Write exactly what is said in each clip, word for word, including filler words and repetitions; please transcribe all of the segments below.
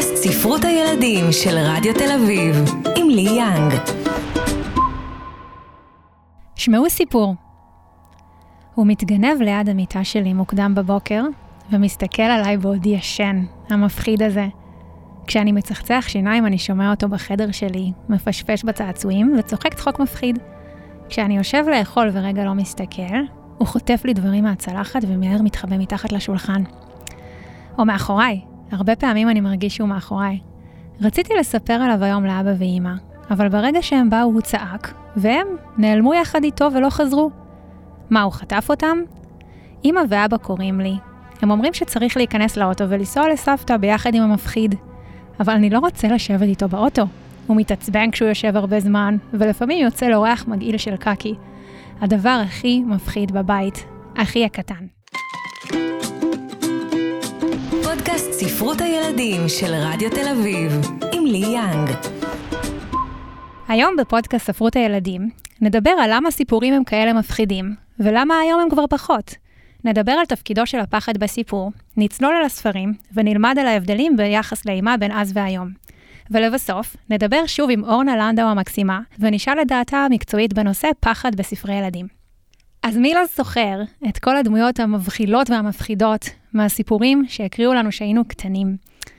פודקאסט ספרות הילדים של רדיו תל אביב, עם לי יאנג. שמעו סיפור. הוא מתגנב ליד המיטה שלי מוקדם בבוקר, ומסתכל עליי בעודי ישן, המפחיד הזה. כשאני מצחצח שיניים אני שומע אותו בחדר שלי, מפשפש בצעצועים וצוחק צחוק מפחיד. כשאני יושב לאכול ורגע לא מסתכל, הוא חוטף לי דברים מהצלחת ומהר מתחבא מתחת לשולחן. או מאחוריי, הרבה פעמים אני מרגיש שהוא מאחוריי. רציתי לספר עליו היום לאבא ואמא, אבל ברגע שהם באו הוא צעק, והם נעלמו יחד איתו ולא חזרו. מה, הוא חטף אותם? אמא ואבא קוראים לי. הם אומרים שצריך להיכנס לאוטו ולנסוע לסבתא ביחד עם המפחיד. אבל אני לא רוצה לשבת איתו באוטו. הוא מתעצבן כשהוא יושב הרבה זמן, ולפעמים יוצא לו ריח מגעיל של קקי. הדבר הכי מפחיד בבית, הכי הקטן. פודקאסט ספרות הילדים של רדיו תל אביב, עם לי יאנג. היום בפודקאסט ספרות הילדים, נדבר על למה סיפורים הם כאלה מפחידים, ולמה היום הם כבר פחות. נדבר על תפקידו של הפחד בסיפור, נצלול על הספרים, ונלמד על ההבדלים ביחס לאימה בין אז והיום. ולבסוף, נדבר שוב עם אורנה לנדאו המקסימה, ונשאל את דעתה המקצועית בנושא פחד בספרי ילדים. אז מי לא זוכר את כל הדמויות המבחילות והמפחידות מהסיפורים שהקריאו לנו שהיינו קטנים?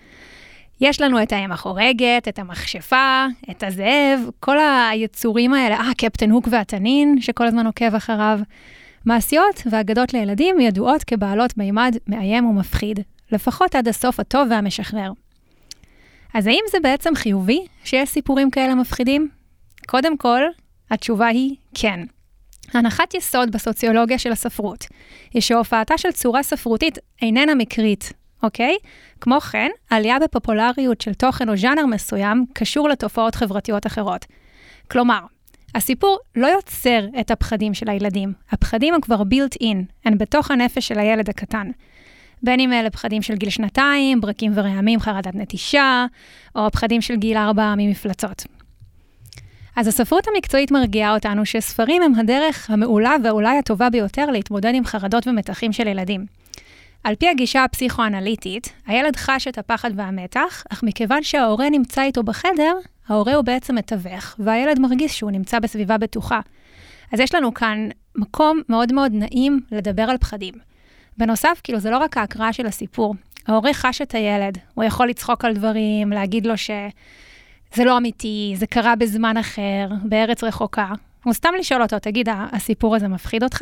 יש לנו את האם החורגת, את המכשפה, את הזאב, כל היצורים האלה, אה, קפטן הוק והתנין, שכל הזמן עוקב אחריו. מעשיות ואגדות לילדים ידועות כבעלות מימד מאיים ומפחיד, לפחות עד הסוף הטוב והמשחרר. אז האם זה בעצם חיובי שיש סיפורים כאלה מפחידים? קודם כל, התשובה היא כן. הנחת יסוד בסוציולוגיה של הספרות היא שהופעתה של צורה ספרותית איננה מקרית, אוקיי? כמו כן, עלייה בפופולריות של תוכן או ז'אנר מסוים קשור לתופעות חברתיות אחרות. כלומר, הסיפור לא יוצר את הפחדים של הילדים. הפחדים הם כבר built in, הן בתוך הנפש של הילד הקטן. בין אם אלה פחדים של גיל שנתיים, ברקים ורעמים, חרדת נטישה, או פחדים של גיל ארבע ממפלצות. אז הספרות המקצועית מרגיעה אותנו שספרים הם הדרך המעולה ואולי הטובה ביותר להתמודד עם חרדות ומתחים של ילדים. על פי הגישה הפסיכואנליטית, הילד חש את הפחד והמתח, אך מכיוון שההורה נמצא איתו בחדר, ההורה הוא בעצם מתווך, והילד מרגיש שהוא נמצא בסביבה בטוחה. אז יש לנו כאן מקום מאוד מאוד נעים לדבר על פחדים. בנוסף, כאילו זה לא רק ההקראה של הסיפור, ההורה חש את הילד, הוא יכול לצחוק על דברים, להגיד לו שזה לא אמיתי, זה קרה בזמן אחר, בארץ רחוקה. הוא סתם לשאול אותו, תגיד, הסיפור הזה מפחיד אותך?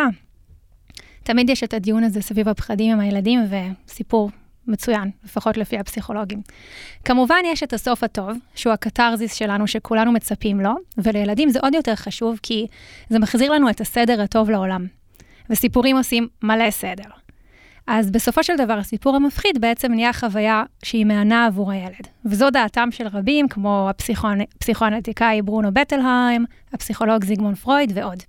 תמיד יש את הדיון הזה סביב הפחדים עם הילדים, וסיפור מצוין, לפחות לפי הפסיכולוגים. כמובן יש את הסוף הטוב, שהוא הקטרזיס שלנו שכולנו מצפים לו, ולילדים זה עוד יותר חשוב, כי זה מחזיר לנו את הסדר הטוב לעולם. וסיפורים עושים מלא סדר. אז בסופו של דבר, הסיפור המפחיד בעצם נהיה חוויה שהיא מענה עבור הילד. וזו דעתם של רבים, כמו הפסיכואנליטיקאי ברונו בטלהיים, הפסיכולוג זיגמונד פרויד ועוד.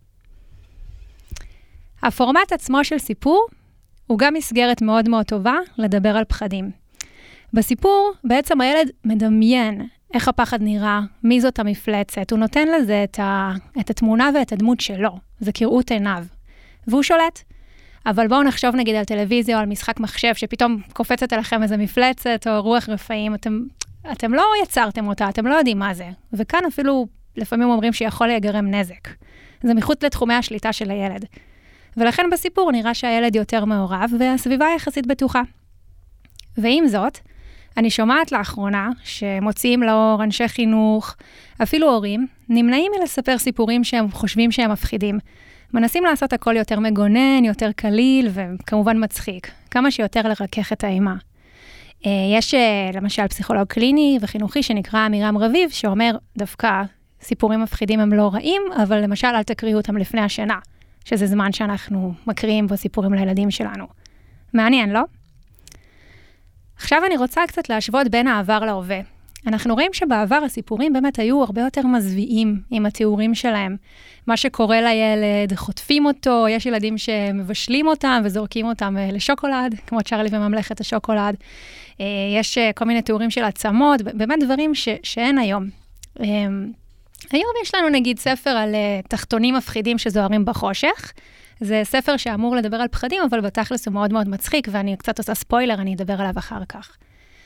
הפורמט עצמו של סיפור הוא גם מסגרת מאוד מאוד טובה לדבר על פחדים. בסיפור בעצם הילד מדמיין איך הפחד נראה, מי זאת המפלצת, הוא נותן לזה את, ה, את התמונה ואת הדמות שלו, זה כראות עיניו, והוא שולט. אבל בואו נחשוב נגיד על טלוויזיה או על משחק מחשב, שפתאום קופצת עליכם איזה מפלצת או רוח רפאים, אתם, אתם לא יצרתם אותה, אתם לא יודעים מה זה. וכאן אפילו לפעמים אומרים שיכול להיגרם נזק. זה מחוץ לתחומי השליטה של הילד. ולכן בסיפור נראה שהילד יותר מעורב, והסביבה יחסית בטוחה. ועם זאת, אני שומעת לאחרונה שמוציאים לאור אנשי חינוך, אפילו הורים, נמנעים מלספר סיפורים שהם חושבים שהם מפחידים. מנסים לעשות הכל יותר מגונן, יותר קליל וכמובן מצחיק. כמה שיותר לרכך את האימה. יש למשל פסיכולוג קליני וחינוכי שנקרא עמירם רביב, שאומר דווקא סיפורים מפחידים הם לא רעים, אבל למשל אל תקריאו אותם לפני השינה. שזה זמן שאנחנו מקריאים בו סיפורים לילדים שלנו. מעניין, לא? עכשיו אני רוצה קצת להשוות בין העבר להווה. אנחנו רואים שבעבר הסיפורים באמת היו הרבה יותר מזוויעים עם התיאורים שלהם. מה שקורה לילד, חוטפים אותו, יש ילדים שמבשלים אותם וזורקים אותם לשוקולד, כמו צ'רלי וממלכת השוקולד. יש כל מיני תיאורים של עצמות, באמת דברים ש- שאין היום. היום יש לנו נגיד ספר על uh, תחתונים מפחידים שזוהרים בחושך. זה ספר שאמור לדבר על פחדים, אבל בתכלס הוא מאוד מאוד מצחיק, ואני קצת עושה ספוילר, אני אדבר עליו אחר כך.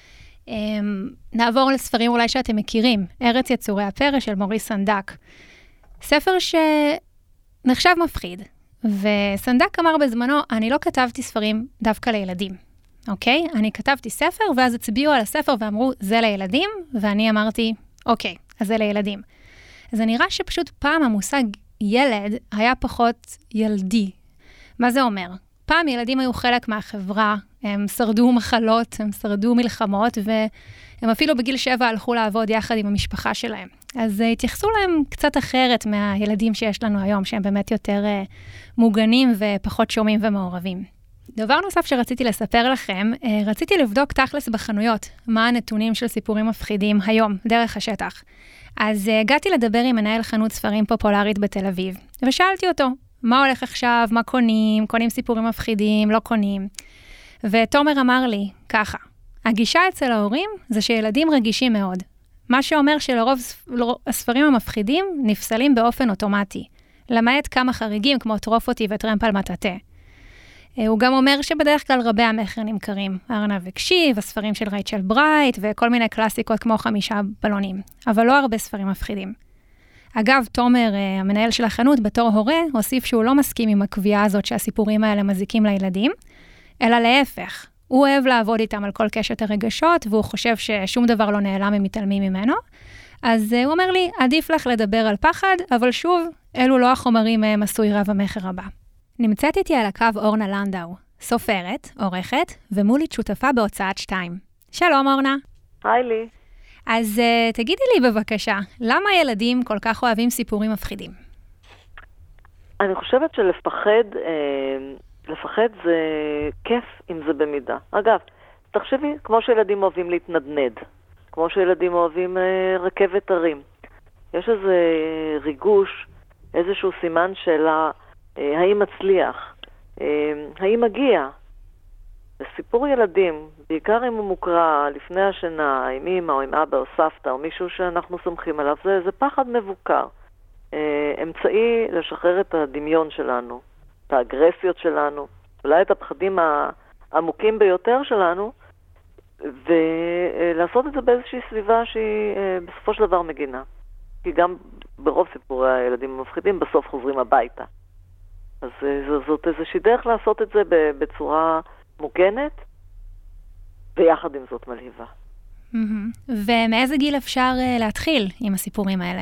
נעבור לספרים אולי שאתם מכירים, ארץ יצורי הפרא של מוריס סנדק. ספר שנחשב מפחיד, וסנדק אמר בזמנו, אני לא כתבתי ספרים דווקא לילדים, אוקיי? אני כתבתי ספר, ואז הצביעו על הספר ואמרו, זה לילדים, ואני אמרתי, אוקיי, אז זה לילדים. אז זה נראה שפשוט פעם המושג ילד היה פחות ילדי. מה זה אומר? פעם ילדים היו חלק מהחברה, הם שרדו מחלות, הם שרדו מלחמות, והם אפילו בגיל שבע הלכו לעבוד יחד עם המשפחה שלהם. אז התייחסו להם קצת אחרת מהילדים שיש לנו היום, שהם באמת יותר uh, מוגנים ופחות שומעים ומעורבים. דבר נוסף שרציתי לספר לכם, uh, רציתי לבדוק תכלס בחנויות, מה הנתונים של סיפורים מפחידים היום, דרך השטח. אז uh, הגעתי לדבר עם מנהל חנות ספרים פופולרית בתל אביב, ושאלתי אותו, מה הולך עכשיו, מה קונים, קונים סיפורים מפחידים, לא קונים. ותומר אמר לי, ככה, הגישה אצל ההורים זה שילדים רגישים מאוד. מה שאומר שלרוב הספרים המפחידים נפסלים באופן אוטומטי, למעט כמה חריגים כמו טרופוטי וטרמפ על מטאטה. הוא גם אומר שבדרך כלל רבי המחר נמכרים, ארנב וקשיב, הספרים של רייצ'ל ברייט וכל מיני קלאסיקות כמו חמישה בלונים, אבל לא הרבה ספרים מפחידים. אגב, תומר, המנהל של החנות, בתור הורה, הוסיף שהוא לא מסכים עם הקביעה הזאת שהסיפורים האלה מזיקים לילדים, אלא להפך. הוא אוהב לעבוד איתם על כל קשת הרגשות, והוא חושב ששום דבר לא נעלם אם מתעלמים ממנו. אז הוא אומר לי, עדיף לך לדבר על פחד, אבל שוב, אלו לא החומרים מהם עשוי רב המחר הבא. נמצאת איתי על הקו אורנה לנדאו, סופרת, עורכת, ומולית שותפה בהוצאת שתיים. שלום אורנה. היי לי. אז uh, תגידי לי בבקשה, למה ילדים כל כך אוהבים סיפורים מפחידים? אני חושבת שלפחד, אה, לפחד זה כיף אם זה במידה. אגב, תחשבי, כמו שילדים אוהבים להתנדנד, כמו שילדים אוהבים אה, רכבת הרים. יש איזה ריגוש, איזשהו סימן שאלה, אה, האם מצליח, אה, האם מגיע. בסיפור ילדים, בעיקר אם הוא מוקרא לפני השינה, עם אמא או עם אבא או סבתא או מישהו שאנחנו סומכים עליו, זה, זה פחד מבוקר. אה, אמצעי לשחרר את הדמיון שלנו, את האגרסיות שלנו, אולי את הפחדים העמוקים ביותר שלנו, ולעשות את זה באיזושהי סביבה שהיא אה, בסופו של דבר מגינה. כי גם ברוב סיפורי הילדים המפחידים בסוף חוזרים הביתה. אז אה, זאת איזושהי דרך לעשות את זה בצורה מוגנת, ויחד עם זאת מלהיבה. ומאיזה גיל אפשר להתחיל עם הסיפורים האלה?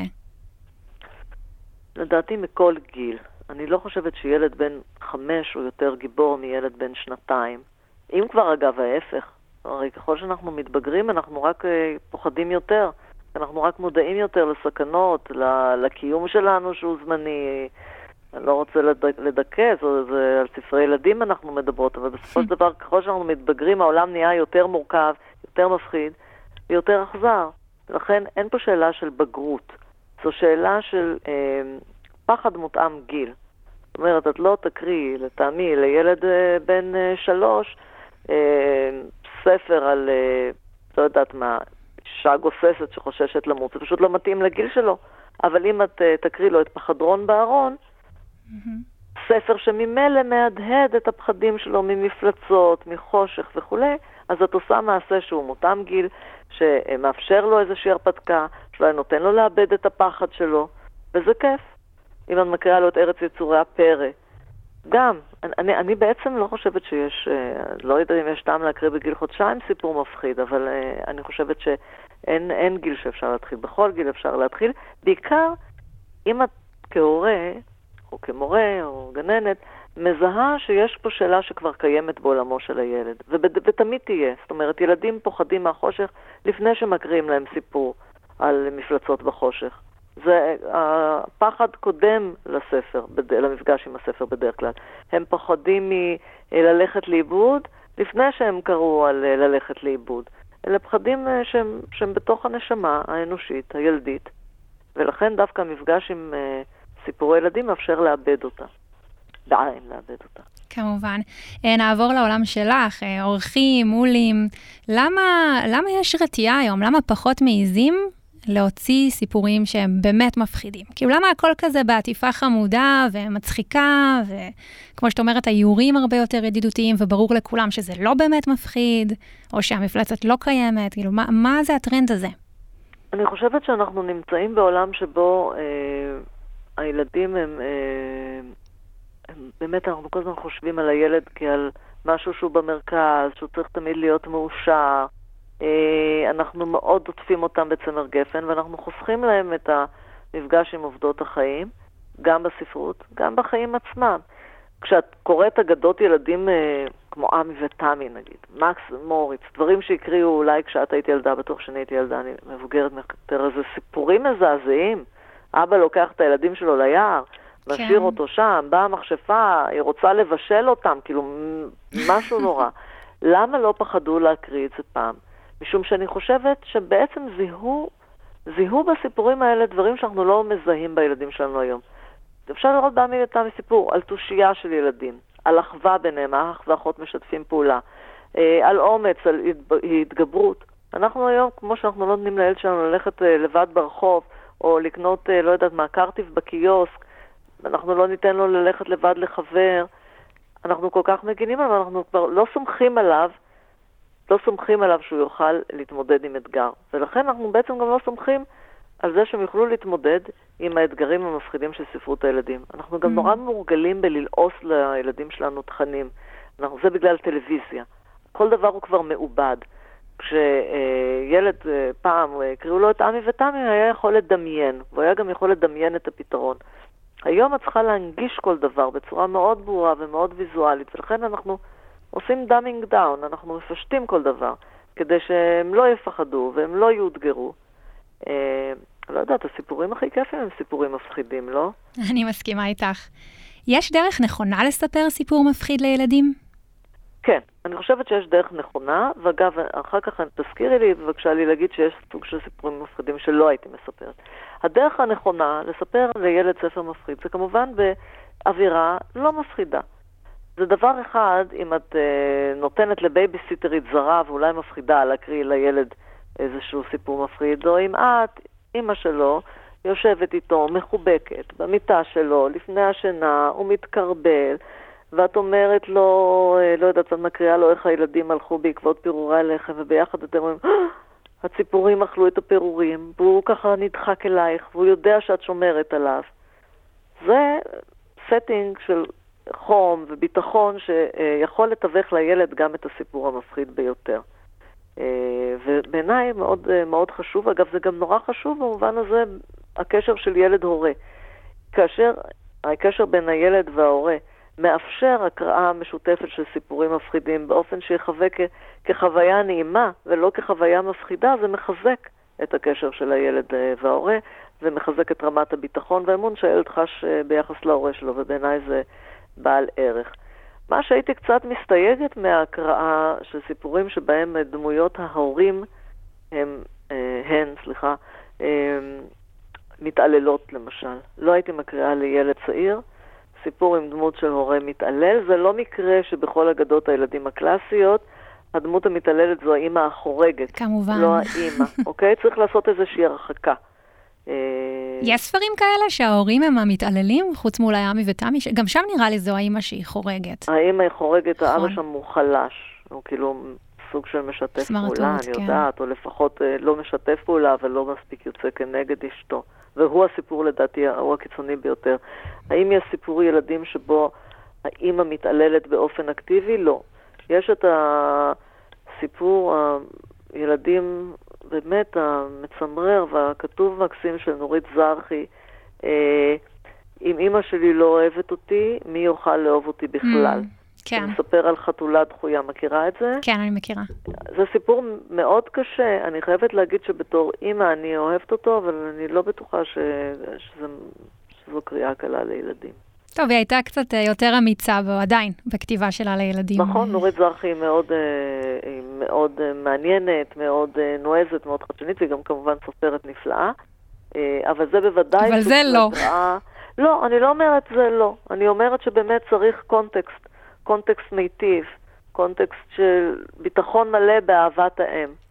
לדעתי מכל גיל. אני לא חושבת שילד בן חמש הוא יותר גיבור מילד בן שנתיים. אם כבר אגב ההפך. הרי ככל שאנחנו מתבגרים, אנחנו רק פוחדים יותר. אנחנו רק מודעים יותר לסכנות, לקיום שלנו שהוא זמני. אני לא רוצה לדכא, זה, זה על ספרי ילדים אנחנו מדברות, אבל בסופו של דבר, ככל שאנחנו מתבגרים, העולם נהיה יותר מורכב, יותר מפחיד, ויותר אכזר. לכן אין פה שאלה של בגרות. זו שאלה של אה, פחד מותאם גיל. זאת אומרת, את לא תקריא, לטעמי, לילד אה, בן אה, שלוש, אה, ספר על, אה, לא יודעת מה, אישה גוססת שחוששת למות. זה פשוט לא מתאים לגיל שלו. אבל אם את אה, תקריא לו את פחדרון בארון, Mm-hmm. ספר שממילא מהדהד את הפחדים שלו ממפלצות, מחושך וכו', אז את עושה מעשה שהוא מותאם גיל, שמאפשר לו איזושהי הרפתקה, שאולי נותן לו לאבד את הפחד שלו, וזה כיף. אם אני מקריאה לו את ארץ יצורי הפרא. גם, אני, אני בעצם לא חושבת שיש, לא יודעת אם יש טעם להקריא בגיל חודשיים סיפור מפחיד, אבל אני חושבת שאין אין גיל שאפשר להתחיל. בכל גיל אפשר להתחיל, בעיקר אם את כהורה, או כמורה או גננת, מזהה שיש פה שאלה שכבר קיימת בעולמו של הילד. ותמיד תהיה. זאת אומרת, ילדים פוחדים מהחושך לפני שמקריאים להם סיפור על מפלצות בחושך. זה הפחד קודם לספר, למפגש עם הספר בדרך כלל. הם פוחדים מללכת לאיבוד לפני שהם קראו על ללכת לאיבוד. אלה פחדים שהם, שהם בתוך הנשמה האנושית, הילדית. ולכן דווקא המפגש עם סיפורי ילדים מאפשר לאבד אותה. בעין לאבד אותה. כמובן. נעבור לעולם שלך, אורחים, מולים. למה, למה יש רתיעה היום? למה פחות מעיזים להוציא סיפורים שהם באמת מפחידים? כאילו למה הכל כזה בעטיפה חמודה ומצחיקה, וכמו שאת אומרת, האיורים הרבה יותר ידידותיים, וברור לכולם שזה לא באמת מפחיד, או שהמפלצת לא קיימת, כאילו מה, מה זה הטרנד הזה? אני חושבת שאנחנו נמצאים בעולם שבו אה, הילדים הם, אה, הם, באמת אנחנו כל הזמן חושבים על הילד כעל משהו שהוא במרכז, שהוא צריך תמיד להיות מאושר, אנחנו מאוד עוטפים אותם בצמר גפן, ואנחנו חוסכים להם את המפגש עם עובדות החיים, גם בספרות, גם בחיים עצמם. כשאת קוראת אגדות ילדים כמו עמי ותמי נגיד, מקס מוריץ, דברים שהקריאו אולי כשאת היית ילדה, בטוח שאני הייתי ילדה, אני מבוגרת יותר, איזה סיפורים מזעזעים. אבא לוקח את הילדים שלו ליער, משאיר אותו שם, באה המכשפה, היא רוצה לבשל אותם, כאילו משהו נורא. למה לא פחדו להקריא את זה פעם? משום שאני חושבת שבעצם זיהו, זיהו בסיפורים האלה דברים שאנחנו לא מזהים בילדים שלנו היום. אפשר לראות בעמי ותמי סיפור על תושייה של ילדים, על אחווה ביניהם, אח ואחות משתפים פעולה, על אומץ, על התגברות. אנחנו היום, כמו שאנחנו לא נותנים לילד שלנו ללכת לבד ברחוב, או לקנות, לא יודעת מה, קרטיב בקיוסק, אנחנו לא ניתן לו ללכת לבד לחבר, אנחנו כל כך מגינים עליו, אנחנו כבר לא סומכים עליו, לא סומכים עליו שהוא יוכל להתמודד עם אתגר. ולכן אנחנו בעצם גם לא סומכים על זה שהם יוכלו להתמודד עם האתגרים המפחידים של ספרות הילדים. אנחנו גם mm. נורא מורגלים בללעוס לילדים שלנו תכנים. אנחנו, זה בגלל טלוויזיה. כל דבר הוא כבר מעובד. כשילד פעם קראו לו את עמי ותמי, היה יכול לדמיין, והוא היה גם יכול לדמיין את הפתרון. היום את צריכה להנגיש כל דבר בצורה מאוד ברורה ומאוד ויזואלית, ולכן אנחנו עושים דאמינג דאון, אנחנו מפשטים כל דבר, כדי שהם לא יפחדו והם לא יאותגרו. אה, לא יודעת, הסיפורים הכי כיפים הם סיפורים מפחידים, לא? אני מסכימה איתך. יש דרך נכונה לספר סיפור מפחיד לילדים? כן, אני חושבת שיש דרך נכונה, ואגב, אחר כך תזכירי לי, בבקשה לי להגיד שיש סוג של סיפורים מפחידים שלא הייתי מספרת. הדרך הנכונה לספר לילד ספר מפחיד, זה כמובן באווירה לא מפחידה. זה דבר אחד, אם את uh, נותנת לבייביסיטרית זרה ואולי מפחידה להקריא לילד איזשהו סיפור מפחיד, או אם את, אמא שלו, יושבת איתו, מחובקת, במיטה שלו, לפני השינה, הוא מתקרבל, ואת אומרת לו, לא יודעת, את מקריאה לו איך הילדים הלכו בעקבות פירורי הלחם, וביחד אתם אומרים, הציפורים אכלו את הפירורים, והוא ככה נדחק אלייך, והוא יודע שאת שומרת עליו. זה סטינג של חום וביטחון שיכול לתווך לילד גם את הסיפור המפחיד ביותר. ובעיניי מאוד, מאוד חשוב, אגב זה גם נורא חשוב במובן הזה, הקשר של ילד הורה. כאשר הקשר בין הילד וההורה מאפשר הקראה משותפת של סיפורים מפחידים באופן שיחווה כ- כחוויה נעימה ולא כחוויה מפחידה, זה מחזק את הקשר של הילד וההורה, ומחזק את רמת הביטחון והאמון שהילד חש ביחס להורה שלו, ובעיניי זה בעל ערך. מה שהייתי קצת מסתייגת מההקראה של סיפורים שבהם דמויות ההורים הם, הן, סליחה, מתעללות למשל. לא הייתי מקריאה לילד צעיר, סיפור עם דמות של הורה מתעלל. זה לא מקרה שבכל אגדות הילדים הקלאסיות, הדמות המתעללת זו האמא החורגת. כמובן. לא האמא, אוקיי? צריך לעשות איזושהי הרחקה. יש ספרים כאלה שההורים הם המתעללים, חוץ מול עמי ותמי, גם שם נראה לי זו האמא שהיא חורגת. האמא היא חורגת, האבא שם הוא חלש, הוא כאילו סוג של משתף פעולה, אני יודעת, או לפחות לא משתף פעולה, אבל לא מספיק יוצא כנגד אשתו. והוא הסיפור לדעתי, הוא הקיצוני ביותר. האם יש סיפור ילדים שבו האמא מתעללת באופן אקטיבי? לא. יש את הסיפור הילדים באמת המצמרר והכתוב מקסים של נורית זרחי, אה, אם אמא שלי לא אוהבת אותי, מי יוכל לאהוב אותי בכלל? Mm, כן. אני מספר על חתולה דחויה, מכירה את זה? כן, אני מכירה. זה סיפור מאוד קשה, אני חייבת להגיד שבתור אמא אני אוהבת אותו, אבל אני לא בטוחה ש... שזה... שזו קריאה קלה לילדים. טוב, היא הייתה קצת יותר אמיצה בו, עדיין, בכתיבה שלה לילדים. נכון, נורית זרחי היא מאוד, היא מאוד מעניינת, מאוד נועזת, מאוד חדשנית, והיא גם כמובן סופרת נפלאה, אבל זה בוודאי... אבל זה לא. לדעה... לא, אני לא אומרת זה לא. אני אומרת שבאמת צריך קונטקסט, קונטקסט מיטיב, קונטקסט של ביטחון מלא באהבת האם.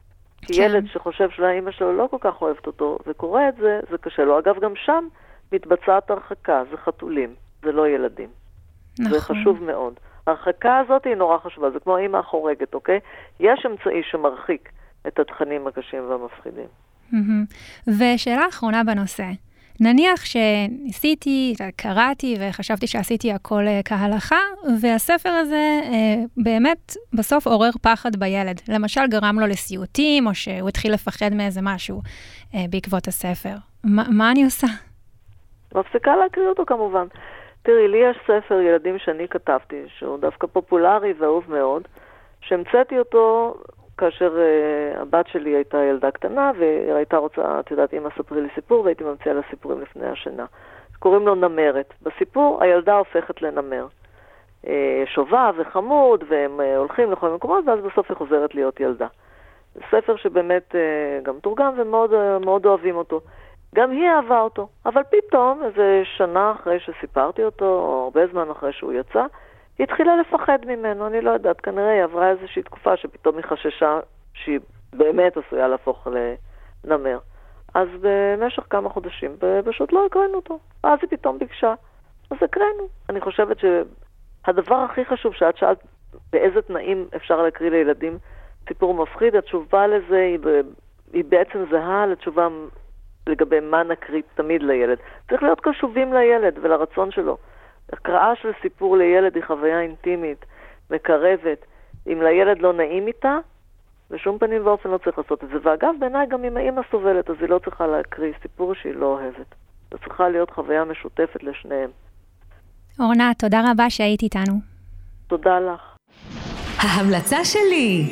כי ילד שחושב שהאמא שלו לא כל כך אוהבת אותו, וקורא את זה, זה קשה לו. אגב, גם שם מתבצעת הרחקה, זה חתולים, זה לא ילדים. נכון. זה חשוב מאוד. ההרחקה הזאת היא נורא חשובה, זה כמו האמא החורגת, אוקיי? יש אמצעי שמרחיק את התכנים הקשים והמפחידים. ושאלה אחרונה בנושא. נניח שניסיתי, קראתי וחשבתי שעשיתי הכל כהלכה, והספר הזה באמת בסוף עורר פחד בילד. למשל גרם לו לסיוטים, או שהוא התחיל לפחד מאיזה משהו בעקבות הספר. מה, מה אני עושה? מפסיקה להקריא אותו כמובן. תראי, לי יש ספר ילדים שאני כתבתי, שהוא דווקא פופולרי ואהוב מאוד, שהמצאתי אותו כאשר uh, הבת שלי הייתה ילדה קטנה, והיא הייתה רוצה, את יודעת, אמא ספרי לי סיפור, והייתי ממציאה לה סיפורים לפני השינה. קוראים לו נמרת. בסיפור הילדה הופכת לנמר. Uh, שובב וחמוד, והם uh, הולכים לכל מקומות, ואז בסוף היא חוזרת להיות ילדה. ספר שבאמת uh, גם תורגם ומאוד uh, מאוד אוהבים אותו. גם היא אהבה אותו, אבל פתאום, איזה שנה אחרי שסיפרתי אותו, או הרבה זמן אחרי שהוא יצא, היא התחילה לפחד ממנו, אני לא יודעת, כנראה היא עברה איזושהי תקופה שפתאום היא חששה שהיא באמת עשויה להפוך לנמר. אז במשך כמה חודשים פשוט לא הקראנו אותו, אז היא פתאום ביקשה, אז הקראנו. אני חושבת שהדבר הכי חשוב שאת שאלת באיזה תנאים אפשר להקריא לילדים סיפור מפחיד, התשובה לזה היא, ב... היא בעצם זהה לתשובה לגבי מה נקריא תמיד לילד. צריך להיות קשובים לילד ולרצון שלו. הקראה של סיפור לילד היא חוויה אינטימית, מקרבת. אם לילד לא נעים איתה, בשום פנים ואופן לא צריך לעשות את זה. ואגב, בעיניי גם אם האמא סובלת, אז היא לא צריכה להקריא סיפור שהיא לא אוהבת. זו צריכה להיות חוויה משותפת לשניהם. אורנה, תודה רבה שהיית איתנו. תודה לך. ההמלצה שלי.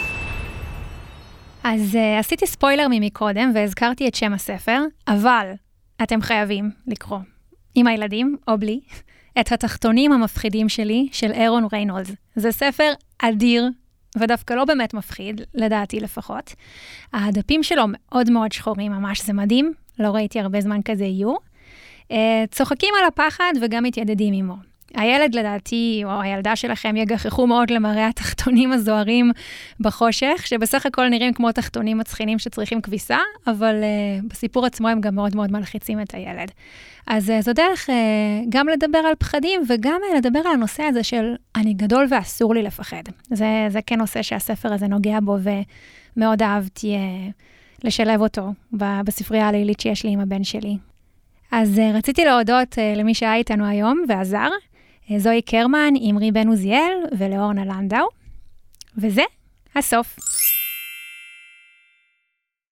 אז uh, עשיתי ספוילר ממקודם והזכרתי את שם הספר, אבל אתם חייבים לקרוא, עם הילדים או בלי, את התחתונים המפחידים שלי של אירון ריינולדס. זה ספר אדיר, ודווקא לא באמת מפחיד, לדעתי לפחות. הדפים שלו מאוד מאוד שחורים, ממש זה מדהים, לא ראיתי הרבה זמן כזה יהיו. Uh, צוחקים על הפחד וגם מתיידדים עמו. הילד לדעתי, או הילדה שלכם, יגחכו מאוד למראה התחתונים הזוהרים בחושך, שבסך הכל נראים כמו תחתונים מצחינים שצריכים כביסה, אבל uh, בסיפור עצמו הם גם מאוד מאוד מלחיצים את הילד. אז uh, זו דרך uh, גם לדבר על פחדים, וגם uh, לדבר על הנושא הזה של אני גדול ואסור לי לפחד. זה, זה כן נושא שהספר הזה נוגע בו, ומאוד אהבתי uh, לשלב אותו בספרייה הלילית שיש לי עם הבן שלי. אז uh, רציתי להודות uh, למי שהיה איתנו היום ועזר, זוהי קרמן, אמרי בן עוזיאל ולאורנה לנדאו. וזה הסוף.